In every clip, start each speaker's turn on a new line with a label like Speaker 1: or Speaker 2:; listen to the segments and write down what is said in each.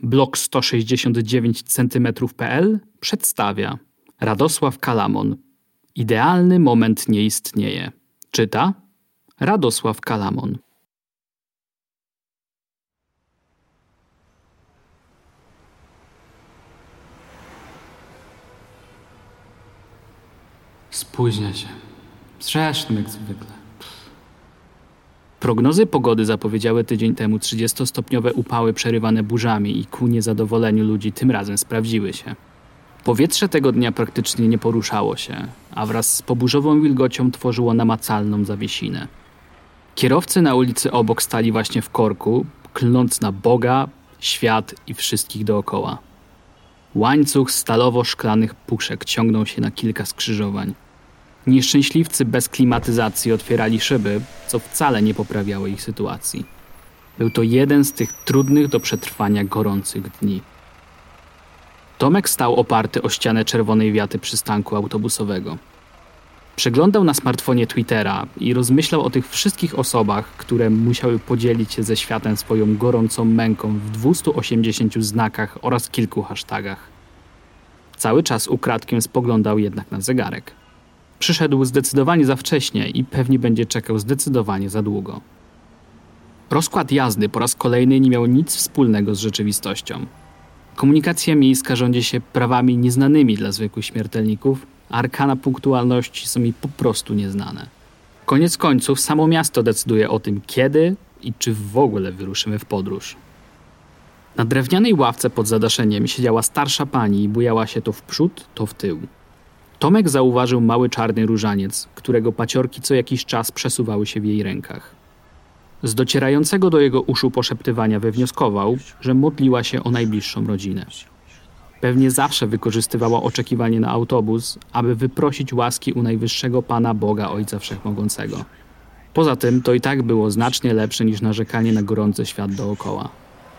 Speaker 1: blog169cm.pl przedstawia Radosław Kalamon. Idealny moment nie istnieje. Czyta Radosław Kalamon. Spóźnia się. Zresztą jak zwykle. Prognozy pogody zapowiedziały tydzień temu 30-stopniowe upały przerywane burzami i ku niezadowoleniu ludzi tym razem sprawdziły się. Powietrze tego dnia praktycznie nie poruszało się, a wraz z poburzową wilgocią tworzyło namacalną zawiesinę. Kierowcy na ulicy obok stali właśnie w korku, klnąc na Boga, świat i wszystkich dookoła. Łańcuch stalowo-szklanych puszek ciągnął się na kilka skrzyżowań. Nieszczęśliwcy bez klimatyzacji otwierali szyby, co wcale nie poprawiało ich sytuacji. Był to jeden z tych trudnych do przetrwania gorących dni. Tomek stał oparty o ścianę czerwonej wiaty przystanku autobusowego. Przeglądał na smartfonie Twittera i rozmyślał o tych wszystkich osobach, które musiały podzielić się ze światem swoją gorącą męką w 280 znakach oraz kilku hashtagach. Cały czas ukradkiem spoglądał jednak na zegarek. Przyszedł zdecydowanie za wcześnie i pewnie będzie czekał zdecydowanie za długo. Rozkład jazdy po raz kolejny nie miał nic wspólnego z rzeczywistością. Komunikacja miejska rządzi się prawami nieznanymi dla zwykłych śmiertelników, a arkana punktualności są mi po prostu nieznane. Koniec końców samo miasto decyduje o tym, kiedy i czy w ogóle wyruszymy w podróż. Na drewnianej ławce pod zadaszeniem siedziała starsza pani i bujała się to w przód, to w tył. Tomek zauważył mały czarny różaniec, którego paciorki co jakiś czas przesuwały się w jej rękach. Z docierającego do jego uszu poszeptywania wywnioskował, że modliła się o najbliższą rodzinę. Pewnie zawsze wykorzystywała oczekiwanie na autobus, aby wyprosić łaski u najwyższego Pana Boga Ojca Wszechmogącego. Poza tym to i tak było znacznie lepsze niż narzekanie na gorący świat dookoła.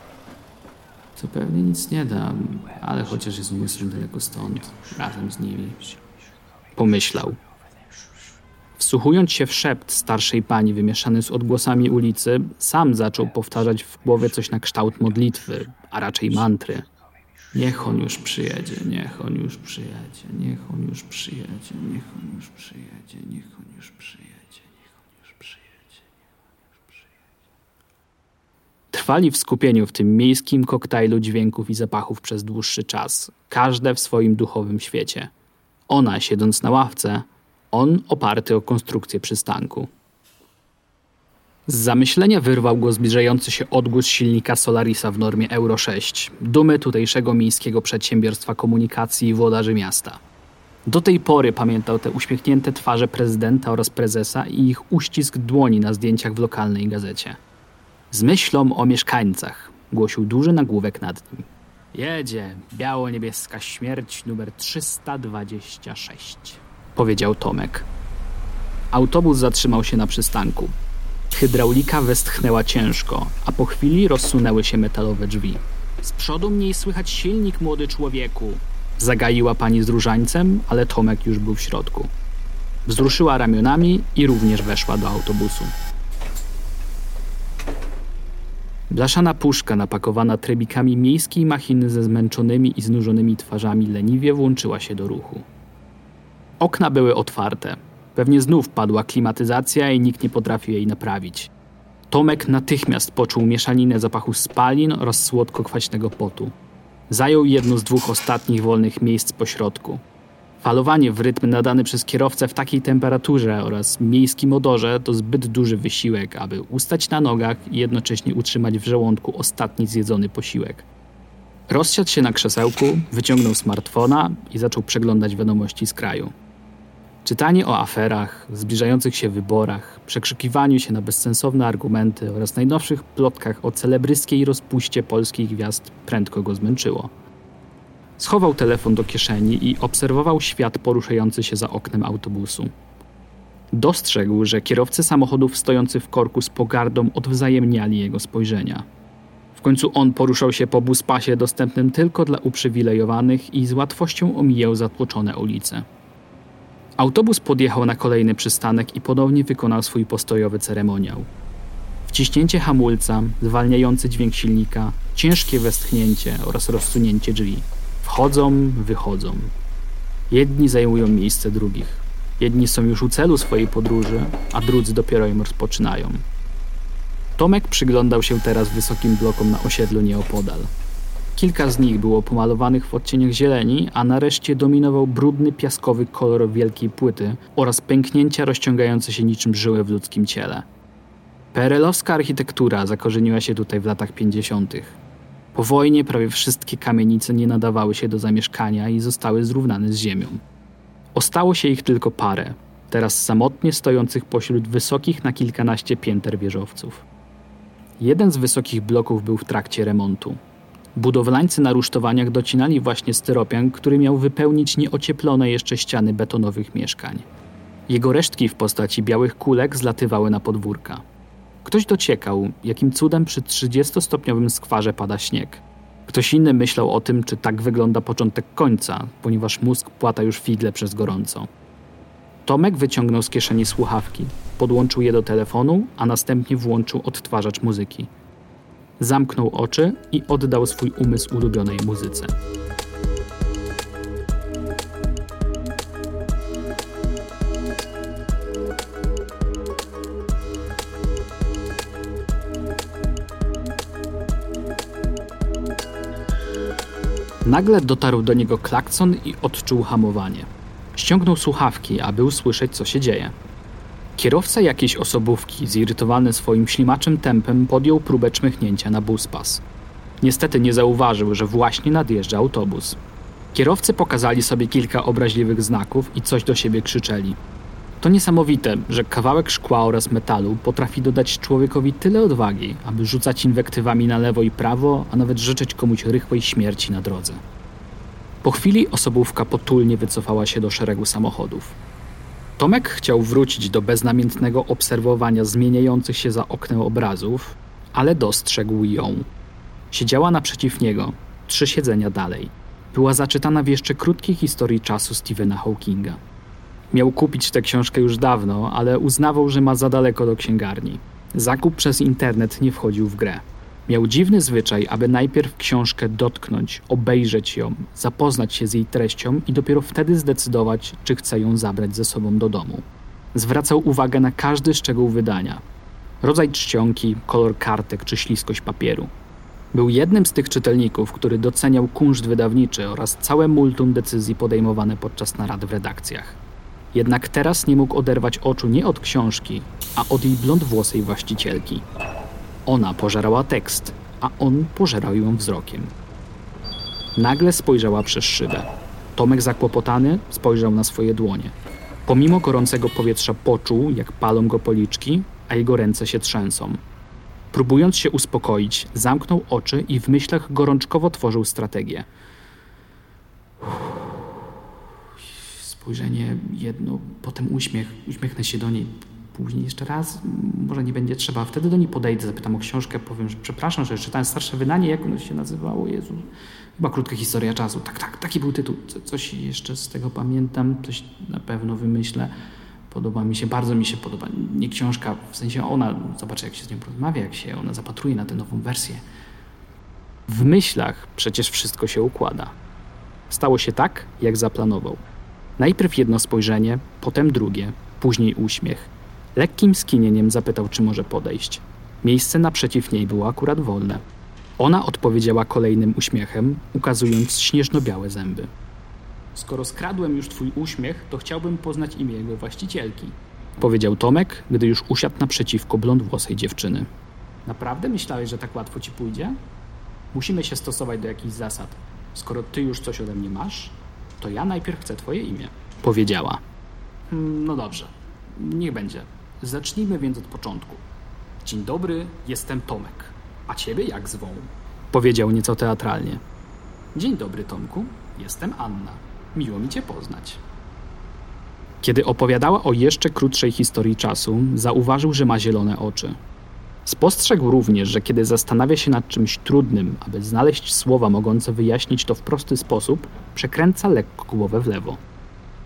Speaker 1: To pewnie nic nie da, ale chociaż jest umysłem daleko stąd, razem z nimi. Pomyślał. Wsłuchując się w szept starszej pani wymieszany z odgłosami ulicy, sam zaczął powtarzać w głowie coś na kształt modlitwy, a raczej mantry. Niech on już przyjedzie, niech on już przyjedzie, niech on już przyjedzie, niech on już przyjedzie, niech on już przyjedzie, niech on już przyjedzie, niech on już przyjedzie. Trwali w skupieniu w tym miejskim koktajlu dźwięków i zapachów przez dłuższy czas, każde w swoim duchowym świecie. Ona siedząc na ławce, on oparty o konstrukcję przystanku. Z zamyślenia wyrwał go zbliżający się odgłos silnika Solarisa w normie Euro 6, dumy tutejszego miejskiego przedsiębiorstwa komunikacji i włodarzy miasta. Do tej pory pamiętał te uśmiechnięte twarze prezydenta oraz prezesa i ich uścisk dłoni na zdjęciach w lokalnej gazecie. Z myślą o mieszkańcach, głosił duży nagłówek nad nim. Jedzie biało-niebieska śmierć numer 326, powiedział Tomek. Autobus zatrzymał się na przystanku. Hydraulika westchnęła ciężko, a po chwili rozsunęły się metalowe drzwi. Z przodu mniej słychać silnik, młody człowieku, zagaiła pani z różańcem, ale Tomek już był w środku. Wzruszyła ramionami i również weszła do autobusu. Blaszana puszka napakowana trybikami miejskiej machiny ze zmęczonymi i znużonymi twarzami leniwie włączyła się do ruchu. Okna były otwarte. Pewnie znów padła klimatyzacja i nikt nie potrafił jej naprawić. Tomek natychmiast poczuł mieszaninę zapachu spalin oraz słodko-kwaśnego potu. Zajął jedno z dwóch ostatnich wolnych miejsc po środku. Falowanie w rytm nadany przez kierowcę w takiej temperaturze oraz miejskim odorze to zbyt duży wysiłek, aby ustać na nogach i jednocześnie utrzymać w żołądku ostatni zjedzony posiłek. Rozsiadł się na krzesełku, wyciągnął smartfona i zaczął przeglądać wiadomości z kraju. Czytanie o aferach, zbliżających się wyborach, przekrzykiwaniu się na bezsensowne argumenty oraz najnowszych plotkach o celebryskiej rozpuście polskich gwiazd prędko go zmęczyło. Schował telefon do kieszeni i obserwował świat poruszający się za oknem autobusu. Dostrzegł, że kierowcy samochodów stojący w korku z pogardą odwzajemniali jego spojrzenia. W końcu on poruszał się po buspasie dostępnym tylko dla uprzywilejowanych i z łatwością omijał zatłoczone ulice. Autobus podjechał na kolejny przystanek i ponownie wykonał swój postojowy ceremoniał. Wciśnięcie hamulca, zwalniający dźwięk silnika, ciężkie westchnięcie oraz rozsunięcie drzwi. Wchodzą, wychodzą. Jedni zajmują miejsce drugich. Jedni są już u celu swojej podróży, a drudzy dopiero ją rozpoczynają. Tomek przyglądał się teraz wysokim blokom na osiedlu nieopodal. Kilka z nich było pomalowanych w odcieniach zieleni, a nareszcie dominował brudny, piaskowy kolor wielkiej płyty oraz pęknięcia rozciągające się niczym żyły w ludzkim ciele. PRL-owska architektura zakorzeniła się tutaj w latach 50. Po wojnie prawie wszystkie kamienice nie nadawały się do zamieszkania i zostały zrównane z ziemią. Ostało się ich tylko parę, teraz samotnie stojących pośród wysokich na kilkanaście pięter wieżowców. Jeden z wysokich bloków był w trakcie remontu. Budowlańcy na rusztowaniach docinali właśnie styropian, który miał wypełnić nieocieplone jeszcze ściany betonowych mieszkań. Jego resztki w postaci białych kulek zlatywały na podwórka. Ktoś dociekał, jakim cudem przy 30-stopniowym skwarze pada śnieg. Ktoś inny myślał o tym, czy tak wygląda początek końca, ponieważ mózg płata już figle przez gorąco. Tomek wyciągnął z kieszeni słuchawki, podłączył je do telefonu, a następnie włączył odtwarzacz muzyki. Zamknął oczy i oddał swój umysł ulubionej muzyce. Nagle dotarł do niego klakson i odczuł hamowanie. Ściągnął słuchawki, aby usłyszeć, co się dzieje. Kierowca jakiejś osobówki, zirytowany swoim ślimaczym tempem, podjął próbę czmychnięcia na buspas. Niestety nie zauważył, że właśnie nadjeżdża autobus. Kierowcy pokazali sobie kilka obraźliwych znaków i coś do siebie krzyczeli. To niesamowite, że kawałek szkła oraz metalu potrafi dodać człowiekowi tyle odwagi, aby rzucać inwektywami na lewo i prawo, a nawet życzyć komuś rychłej śmierci na drodze. Po chwili osobówka potulnie wycofała się do szeregu samochodów. Tomek chciał wrócić do beznamiętnego obserwowania zmieniających się za oknem obrazów, ale dostrzegł ją. Siedziała naprzeciw niego, 3 siedzenia dalej. Była zaczytana w jeszcze krótkiej historii czasu Stephena Hawkinga. Miał kupić tę książkę już dawno, ale uznawał, że ma za daleko do księgarni. Zakup przez internet nie wchodził w grę. Miał dziwny zwyczaj, aby najpierw książkę dotknąć, obejrzeć ją, zapoznać się z jej treścią i dopiero wtedy zdecydować, czy chce ją zabrać ze sobą do domu. Zwracał uwagę na każdy szczegół wydania. Rodzaj czcionki, kolor kartek czy śliskość papieru. Był jednym z tych czytelników, który doceniał kunszt wydawniczy oraz całe multum decyzji podejmowane podczas narad w redakcjach. Jednak teraz nie mógł oderwać oczu nie od książki, a od jej blondwłosej właścicielki. Ona pożerała tekst, a on pożerał ją wzrokiem. Nagle spojrzała przez szybę. Tomek zakłopotany spojrzał na swoje dłonie. Pomimo gorącego powietrza poczuł, jak palą go policzki, a jego ręce się trzęsą. Próbując się uspokoić, zamknął oczy i w myślach gorączkowo tworzył strategię. Spojrzenie jedno, potem uśmiech. Uśmiechnę się do niej. Później jeszcze raz, może nie będzie trzeba. Wtedy do niej podejdę, zapytam o książkę, powiem, że przepraszam, że czytałem starsze wydanie, jak ono się nazywało, Jezu. Chyba Krótka historia czasu. Tak, taki był tytuł. Coś jeszcze z tego pamiętam, coś na pewno wymyślę. Podoba mi się, bardzo mi się podoba. Nie książka, w sensie ona, zobaczę jak się z nią porozmawia, jak się ona zapatruje na tę nową wersję. W myślach przecież wszystko się układa. Stało się tak, jak zaplanował. Najpierw jedno spojrzenie, potem drugie, później uśmiech. Lekkim skinieniem zapytał, czy może podejść. Miejsce naprzeciw niej było akurat wolne. Ona odpowiedziała kolejnym uśmiechem, ukazując śnieżno-białe zęby. Skoro skradłem już twój uśmiech, to chciałbym poznać imię jego właścicielki, powiedział Tomek, gdy już usiadł naprzeciwko blondwłosej dziewczyny. Naprawdę myślałeś, że tak łatwo ci pójdzie? Musimy się stosować do jakichś zasad. Skoro ty już coś ode mnie masz, to ja najpierw chcę twoje imię, powiedziała. No dobrze, niech będzie. Zacznijmy więc od początku. Dzień dobry, jestem Tomek. A ciebie jak zwą? Powiedział nieco teatralnie. Dzień dobry, Tomku, jestem Anna. Miło mi cię poznać. Kiedy opowiadała o jeszcze krótszej historii czasu, zauważył, że ma zielone oczy. Spostrzegł również, że kiedy zastanawia się nad czymś trudnym, aby znaleźć słowa mogące wyjaśnić to w prosty sposób, przekręca lekko głowę w lewo.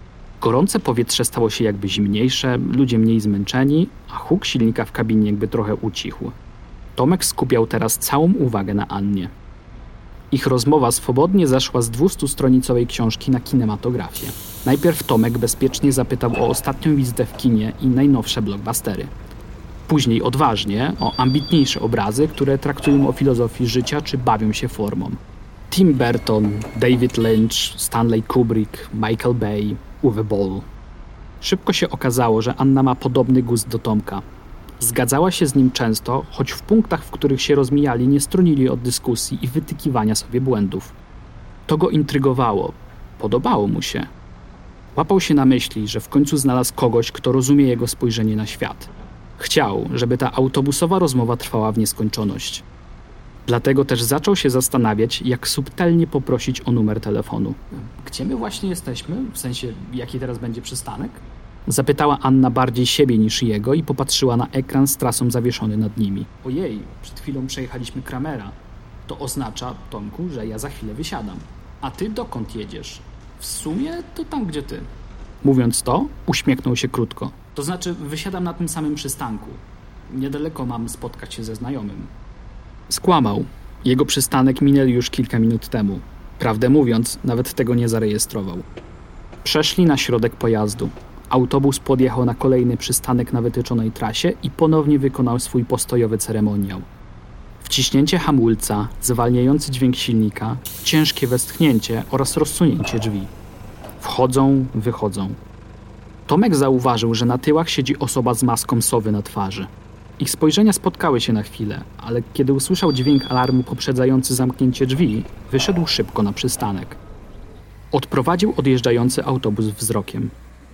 Speaker 1: Gorące powietrze stało się jakby zimniejsze, ludzie mniej zmęczeni, a huk silnika w kabinie jakby trochę ucichł. Tomek skupiał teraz całą uwagę na Annie. Ich rozmowa swobodnie zeszła z 200-stronicowej książki na kinematografię. Najpierw Tomek bezpiecznie zapytał o ostatnią wizytę w kinie i najnowsze blockbustery. Później odważnie o ambitniejsze obrazy, które traktują o filozofii życia czy bawią się formą. Tim Burton, David Lynch, Stanley Kubrick, Michael Bay, Uwe Boll. Szybko się okazało, że Anna ma podobny gust do Tomka. Zgadzała się z nim często, choć w punktach, w których się rozmijali, nie stronili od dyskusji i wytykiwania sobie błędów. To go intrygowało. Podobało mu się. Łapał się na myśli, że w końcu znalazł kogoś, kto rozumie jego spojrzenie na świat. Chciał, żeby ta autobusowa rozmowa trwała w nieskończoność. Dlatego też zaczął się zastanawiać, jak subtelnie poprosić o numer telefonu. Gdzie my właśnie jesteśmy? W sensie, jaki teraz będzie przystanek? Zapytała Anna bardziej siebie niż jego i popatrzyła na ekran z trasą zawieszony nad nimi. Ojej, przed chwilą przejechaliśmy Kramera. To oznacza, Tomku, że ja za chwilę wysiadam. A ty dokąd jedziesz? W sumie to tam, gdzie ty. Mówiąc to, uśmiechnął się krótko. To znaczy, wysiadam na tym samym przystanku. Niedaleko mam spotkać się ze znajomym. Skłamał. Jego przystanek minęli już kilka minut temu. Prawdę mówiąc, nawet tego nie zarejestrował. Przeszli na środek pojazdu. Autobus podjechał na kolejny przystanek na wytyczonej trasie i ponownie wykonał swój postojowy ceremoniał. Wciśnięcie hamulca, zwalniający dźwięk silnika, ciężkie westchnięcie oraz rozsunięcie drzwi. Wchodzą, wychodzą. Tomek zauważył, że na tyłach siedzi osoba z maską sowy na twarzy. Ich spojrzenia spotkały się na chwilę, ale kiedy usłyszał dźwięk alarmu poprzedzający zamknięcie drzwi, wyszedł szybko na przystanek. Odprowadził odjeżdżający autobus wzrokiem.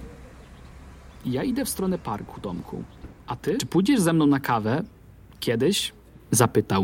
Speaker 1: Ja idę w stronę parku, Tomku. A ty? Czy pójdziesz ze mną na kawę? Kiedyś? Zapytał.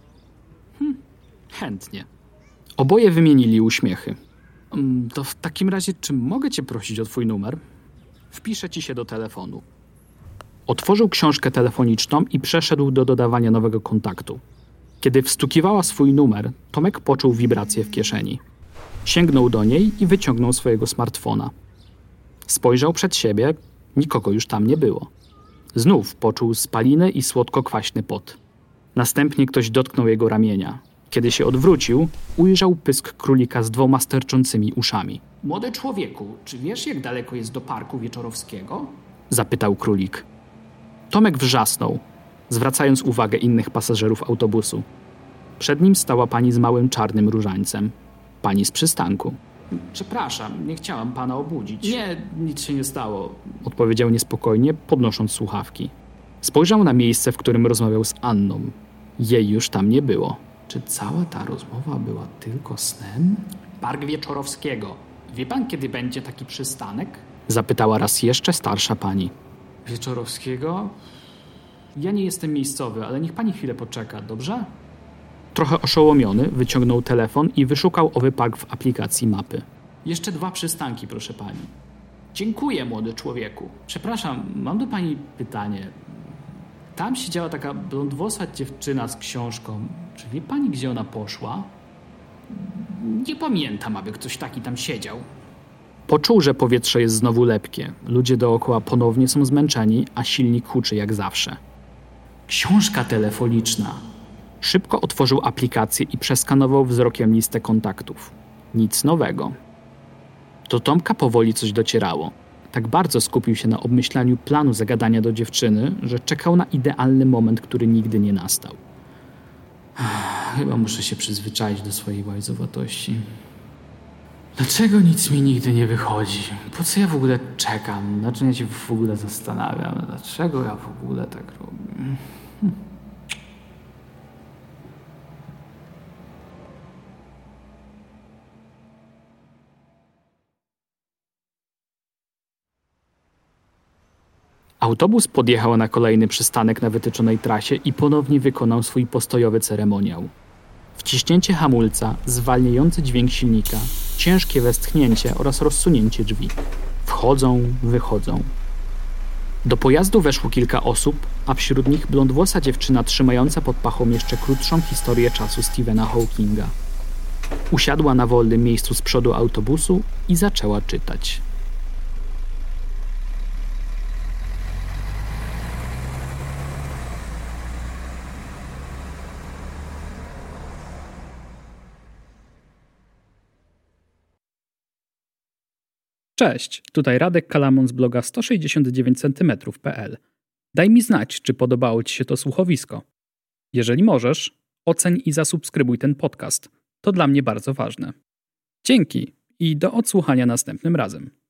Speaker 1: Chętnie. Oboje wymienili uśmiechy. To w takim razie, czy mogę cię prosić o twój numer? Wpiszę ci się do telefonu. Otworzył książkę telefoniczną i przeszedł do dodawania nowego kontaktu. Kiedy wstukiwała swój numer, Tomek poczuł wibrację w kieszeni. Sięgnął do niej i wyciągnął swojego smartfona. Spojrzał przed siebie, nikogo już tam nie było. Znów poczuł spalinę i słodko-kwaśny pot. Następnie ktoś dotknął jego ramienia. Kiedy się odwrócił, ujrzał pysk królika z 2 sterczącymi uszami. Młody człowieku, czy wiesz, jak daleko jest do parku Wieczorowskiego? Zapytał królik. Tomek wrzasnął, zwracając uwagę innych pasażerów autobusu. Przed nim stała pani z małym czarnym różańcem. Pani z przystanku. Przepraszam, nie chciałam pana obudzić. Nie, nic się nie stało, odpowiedział niespokojnie, podnosząc słuchawki. Spojrzał na miejsce, w którym rozmawiał z Anną. Jej już tam nie było. Czy cała ta rozmowa była tylko snem? Park Wieczorowskiego. Wie pan, kiedy będzie taki przystanek? Zapytała raz jeszcze starsza pani. Wieczorowskiego? Ja nie jestem miejscowy, ale niech pani chwilę poczeka, dobrze? Trochę oszołomiony, wyciągnął telefon i wyszukał owy park w aplikacji mapy. Jeszcze 2 przystanki, proszę pani. Dziękuję, młody człowieku. Przepraszam, mam do pani pytanie. Tam siedziała taka blondwłosa dziewczyna z książką. Czy wie pani, gdzie ona poszła? Nie pamiętam, aby ktoś taki tam siedział. Poczuł, że powietrze jest znowu lepkie. Ludzie dookoła ponownie są zmęczeni, a silnik huczy jak zawsze. Książka telefoniczna. Szybko otworzył aplikację i przeskanował wzrokiem listę kontaktów. Nic nowego. Do Tomka powoli coś docierało. Tak bardzo skupił się na obmyślaniu planu zagadania do dziewczyny, że czekał na idealny moment, który nigdy nie nastał. Chyba muszę się przyzwyczaić do swojej łajzowatości. Dlaczego nic mi nigdy nie wychodzi? Po co ja w ogóle czekam? Dlaczego ja się w ogóle zastanawiam? Dlaczego ja w ogóle tak robię? Autobus podjechał na kolejny przystanek na wytyczonej trasie i ponownie wykonał swój postojowy ceremoniał. Wciśnięcie hamulca, zwalniający dźwięk silnika, ciężkie westchnięcie oraz rozsunięcie drzwi. Wchodzą, wychodzą. Do pojazdu weszło kilka osób, a wśród nich blondwłosa dziewczyna trzymająca pod pachą jeszcze krótszą historię czasu Stephena Hawkinga. Usiadła na wolnym miejscu z przodu autobusu i zaczęła czytać. Cześć, tutaj Radek Kalamon z bloga 169cm.pl. Daj mi znać, czy podobało Ci się to słuchowisko. Jeżeli możesz, oceń i zasubskrybuj ten podcast. To dla mnie bardzo ważne. Dzięki i do odsłuchania następnym razem.